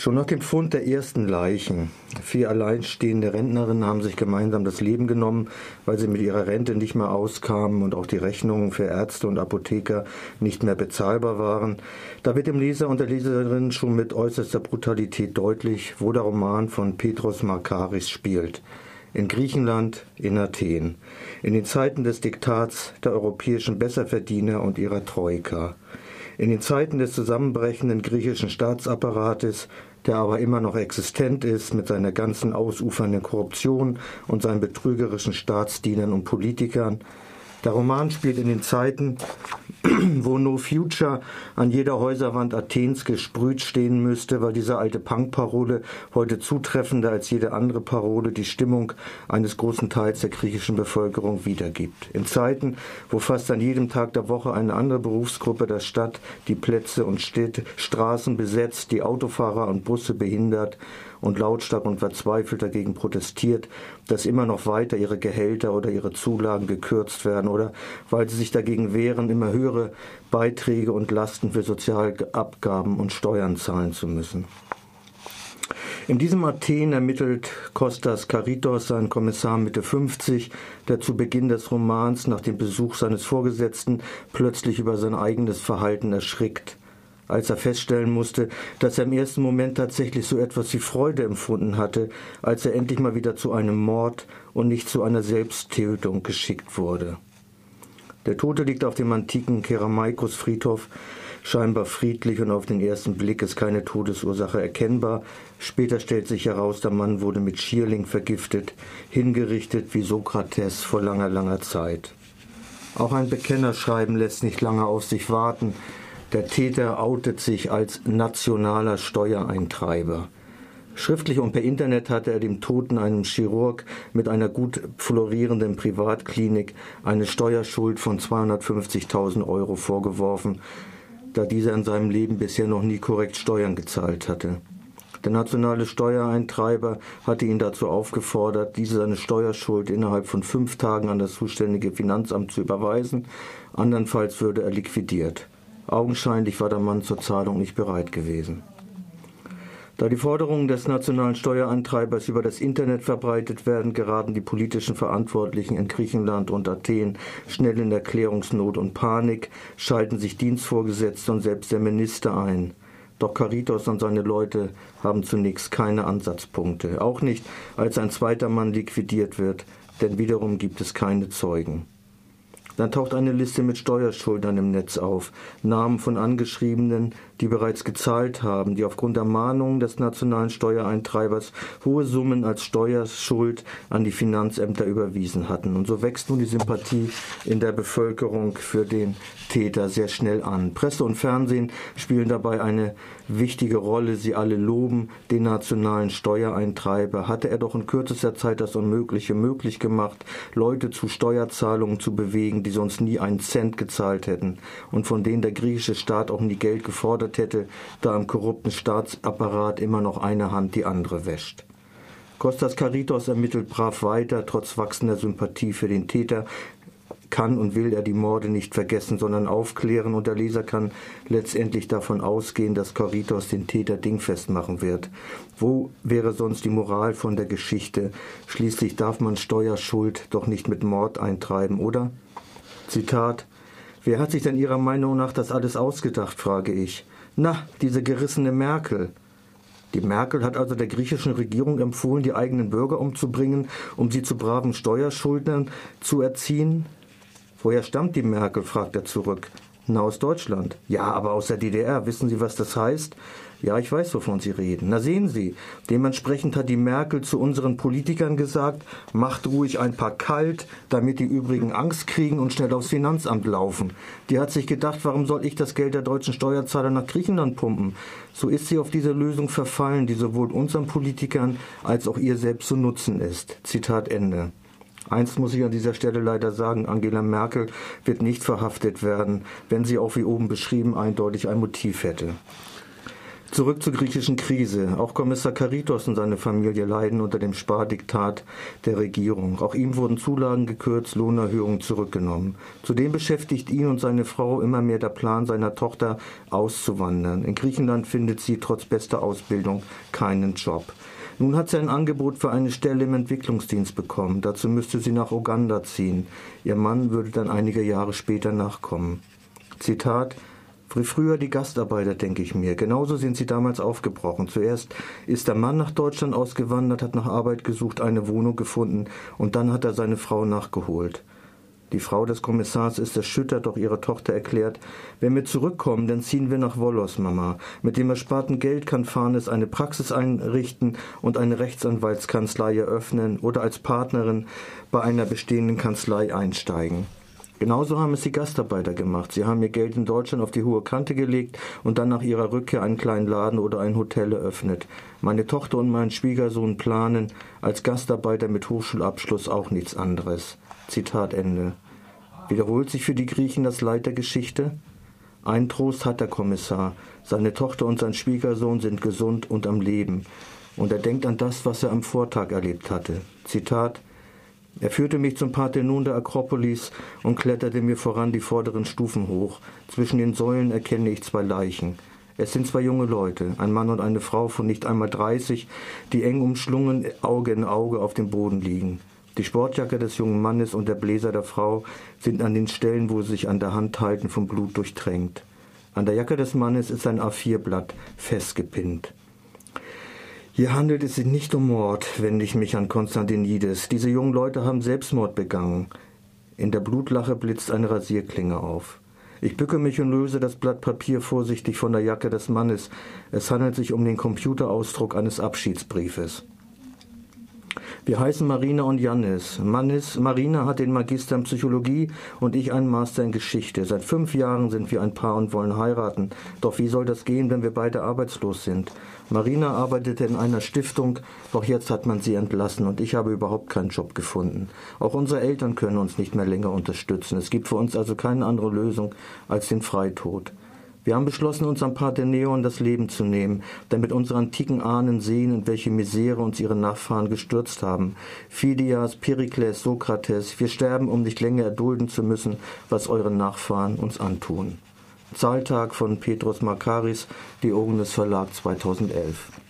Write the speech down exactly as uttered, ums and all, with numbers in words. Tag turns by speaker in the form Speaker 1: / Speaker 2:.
Speaker 1: Schon nach dem Fund der ersten Leichen. Vier alleinstehende Rentnerinnen haben sich gemeinsam das Leben genommen, weil sie mit ihrer Rente nicht mehr auskamen und auch die Rechnungen für Ärzte und Apotheker nicht mehr bezahlbar waren. Da wird dem Leser und der Leserin schon mit äußerster Brutalität deutlich, wo der Roman von Petros Markaris spielt. In Griechenland, in Athen, in den Zeiten des Diktats der europäischen Besserverdiener und ihrer Troika. In den Zeiten des zusammenbrechenden griechischen Staatsapparates, der aber immer noch existent ist mit seiner ganzen ausufernden Korruption und seinen betrügerischen Staatsdienern und Politikern. Der Roman spielt in den Zeiten, wo No Future an jeder Häuserwand Athens gesprüht stehen müsste, weil diese alte Punk-Parole heute zutreffender als jede andere Parole die Stimmung eines großen Teils der griechischen Bevölkerung wiedergibt. In Zeiten, wo fast an jedem Tag der Woche eine andere Berufsgruppe der Stadt die Plätze und Städte, Straßen besetzt, die Autofahrer und Busse behindert und lautstark und verzweifelt dagegen protestiert, dass immer noch weiter ihre Gehälter oder ihre Zulagen gekürzt werden oder, weil sie sich dagegen wehren, immer höhere Beiträge und Lasten für Sozialabgaben und Steuern zahlen zu müssen. In diesem Athen ermittelt Kostas Karitos seinen Kommissar Mitte fünfzig, der zu Beginn des Romans nach dem Besuch seines Vorgesetzten plötzlich über sein eigenes Verhalten erschrickt, als er feststellen musste, dass er im ersten Moment tatsächlich so etwas wie Freude empfunden hatte, als er endlich mal wieder zu einem Mord und nicht zu einer Selbsttötung geschickt wurde. Der Tote liegt auf dem antiken Keramaikos-Friedhof, scheinbar friedlich und auf den ersten Blick ist keine Todesursache erkennbar. Später stellt sich heraus, der Mann wurde mit Schierling vergiftet, hingerichtet wie Sokrates vor langer, langer Zeit. Auch ein Bekennerschreiben lässt nicht lange auf sich warten. Der Täter outet sich als nationaler Steuereintreiber. Schriftlich und per Internet hatte er dem Toten, einem Chirurg mit einer gut florierenden Privatklinik, eine Steuerschuld von zweihundertfünfzigtausend Euro vorgeworfen, da dieser in seinem Leben bisher noch nie korrekt Steuern gezahlt hatte. Der nationale Steuereintreiber hatte ihn dazu aufgefordert, diese seine Steuerschuld innerhalb von fünf Tagen an das zuständige Finanzamt zu überweisen, andernfalls würde er liquidiert. Augenscheinlich war der Mann zur Zahlung nicht bereit gewesen. Da die Forderungen des nationalen Steuereintreibers über das Internet verbreitet werden, geraten die politischen Verantwortlichen in Griechenland und Athen schnell in Erklärungsnot und Panik, schalten sich Dienstvorgesetzte und selbst der Minister ein. Doch Karitos und seine Leute haben zunächst keine Ansatzpunkte, auch nicht, als ein zweiter Mann liquidiert wird, denn wiederum gibt es keine Zeugen. Dann taucht eine Liste mit Steuerschuldnern im Netz auf, Namen von Angeschriebenen, die bereits gezahlt haben, die aufgrund der Mahnungen des nationalen Steuereintreibers hohe Summen als Steuerschuld an die Finanzämter überwiesen hatten. Und so wächst nun die Sympathie in der Bevölkerung für den Täter sehr schnell an. Presse und Fernsehen spielen dabei eine wichtige Rolle. Sie alle loben den nationalen Steuereintreiber. Hatte er doch in kürzester Zeit das Unmögliche möglich gemacht, Leute zu Steuerzahlungen zu bewegen, die sonst nie einen Cent gezahlt hätten und von denen der griechische Staat auch nie Geld gefordert hätte, da im korrupten Staatsapparat immer noch eine Hand die andere wäscht. Kostas Karitos ermittelt brav weiter, trotz wachsender Sympathie für den Täter, kann und will er die Morde nicht vergessen, sondern aufklären, und der Leser kann letztendlich davon ausgehen, dass Karitos den Täter dingfest machen wird. Wo wäre sonst die Moral von der Geschichte? Schließlich darf man Steuerschuld doch nicht mit Mord eintreiben, oder? Zitat: Wer hat sich denn Ihrer Meinung nach das alles ausgedacht, frage ich. Na, diese gerissene Merkel. Die Merkel hat also der griechischen Regierung empfohlen, die eigenen Bürger umzubringen, um sie zu braven Steuerschuldnern zu erziehen? Woher stammt die Merkel, fragt er zurück. Na, aus Deutschland. Ja, aber aus der D D R. Wissen Sie, was das heißt? Ja, ich weiß, wovon Sie reden. Na, sehen Sie. Dementsprechend hat die Merkel zu unseren Politikern gesagt, macht ruhig ein paar kalt, damit die übrigen Angst kriegen und schnell aufs Finanzamt laufen. Die hat sich gedacht, warum soll ich das Geld der deutschen Steuerzahler nach Griechenland pumpen? So ist sie auf diese Lösung verfallen, die sowohl unseren Politikern als auch ihr selbst zu nutzen ist. Zitat Ende. Eins muss ich an dieser Stelle leider sagen, Angela Merkel wird nicht verhaftet werden, wenn sie auch wie oben beschrieben eindeutig ein Motiv hätte. Zurück zur griechischen Krise. Auch Kommissar Karitos und seine Familie leiden unter dem Spardiktat der Regierung. Auch ihm wurden Zulagen gekürzt, Lohnerhöhungen zurückgenommen. Zudem beschäftigt ihn und seine Frau immer mehr der Plan seiner Tochter auszuwandern. In Griechenland findet sie trotz bester Ausbildung keinen Job. Nun hat sie ein Angebot für eine Stelle im Entwicklungsdienst bekommen. Dazu müsste sie nach Uganda ziehen. Ihr Mann würde dann einige Jahre später nachkommen. Zitat: Wie früher die Gastarbeiter, denke ich mir. Genauso sind sie damals aufgebrochen. Zuerst ist der Mann nach Deutschland ausgewandert, hat nach Arbeit gesucht, eine Wohnung gefunden und dann hat er seine Frau nachgeholt. Die Frau des Kommissars ist erschüttert, doch ihre Tochter erklärt: Wenn wir zurückkommen, dann ziehen wir nach Volos, Mama. Mit dem ersparten Geld kann Fanes eine Praxis einrichten und eine Rechtsanwaltskanzlei eröffnen oder als Partnerin bei einer bestehenden Kanzlei einsteigen. Genauso haben es die Gastarbeiter gemacht. Sie haben ihr Geld in Deutschland auf die hohe Kante gelegt und dann nach ihrer Rückkehr einen kleinen Laden oder ein Hotel eröffnet. Meine Tochter und mein Schwiegersohn planen als Gastarbeiter mit Hochschulabschluss auch nichts anderes. Zitat Ende. Wiederholt sich für die Griechen das Leid der Geschichte? Ein Trost hat der Kommissar. Seine Tochter und sein Schwiegersohn sind gesund und am Leben. Und er denkt an das, was er am Vortag erlebt hatte. Zitat: Er führte mich zum Parthenon der Akropolis und kletterte mir voran die vorderen Stufen hoch. Zwischen den Säulen erkenne ich zwei Leichen. Es sind zwei junge Leute, ein Mann und eine Frau von nicht einmal dreißig, die eng umschlungen Auge in Auge auf dem Boden liegen. Die Sportjacke des jungen Mannes und der Bläser der Frau sind an den Stellen, wo sie sich an der Hand halten, vom Blut durchtränkt. An der Jacke des Mannes ist ein A vier Blatt festgepinnt. Hier handelt es sich nicht um Mord, wende ich mich an Konstantinides. Diese jungen Leute haben Selbstmord begangen. In der Blutlache blitzt eine Rasierklinge auf. Ich bücke mich und löse das Blatt Papier vorsichtig von der Jacke des Mannes. Es handelt sich um den Computerausdruck eines Abschiedsbriefes. Wir heißen Marina und Yannis. Mannis, Marina hat den Magister in Psychologie und ich einen Master in Geschichte. Seit fünf Jahren sind wir ein Paar und wollen heiraten. Doch wie soll das gehen, wenn wir beide arbeitslos sind? Marina arbeitete in einer Stiftung, doch jetzt hat man sie entlassen und ich habe überhaupt keinen Job gefunden. Auch unsere Eltern können uns nicht mehr länger unterstützen. Es gibt für uns also keine andere Lösung als den Freitod. Wir haben beschlossen, uns am Parthenon das Leben zu nehmen, damit unsere antiken Ahnen sehen, in welche Misere uns ihre Nachfahren gestürzt haben. Phidias, Perikles, Sokrates, wir sterben, um nicht länger erdulden zu müssen, was eure Nachfahren uns antun. Zahltag von Petros Makaris, Diogenes Verlag zweitausendelf.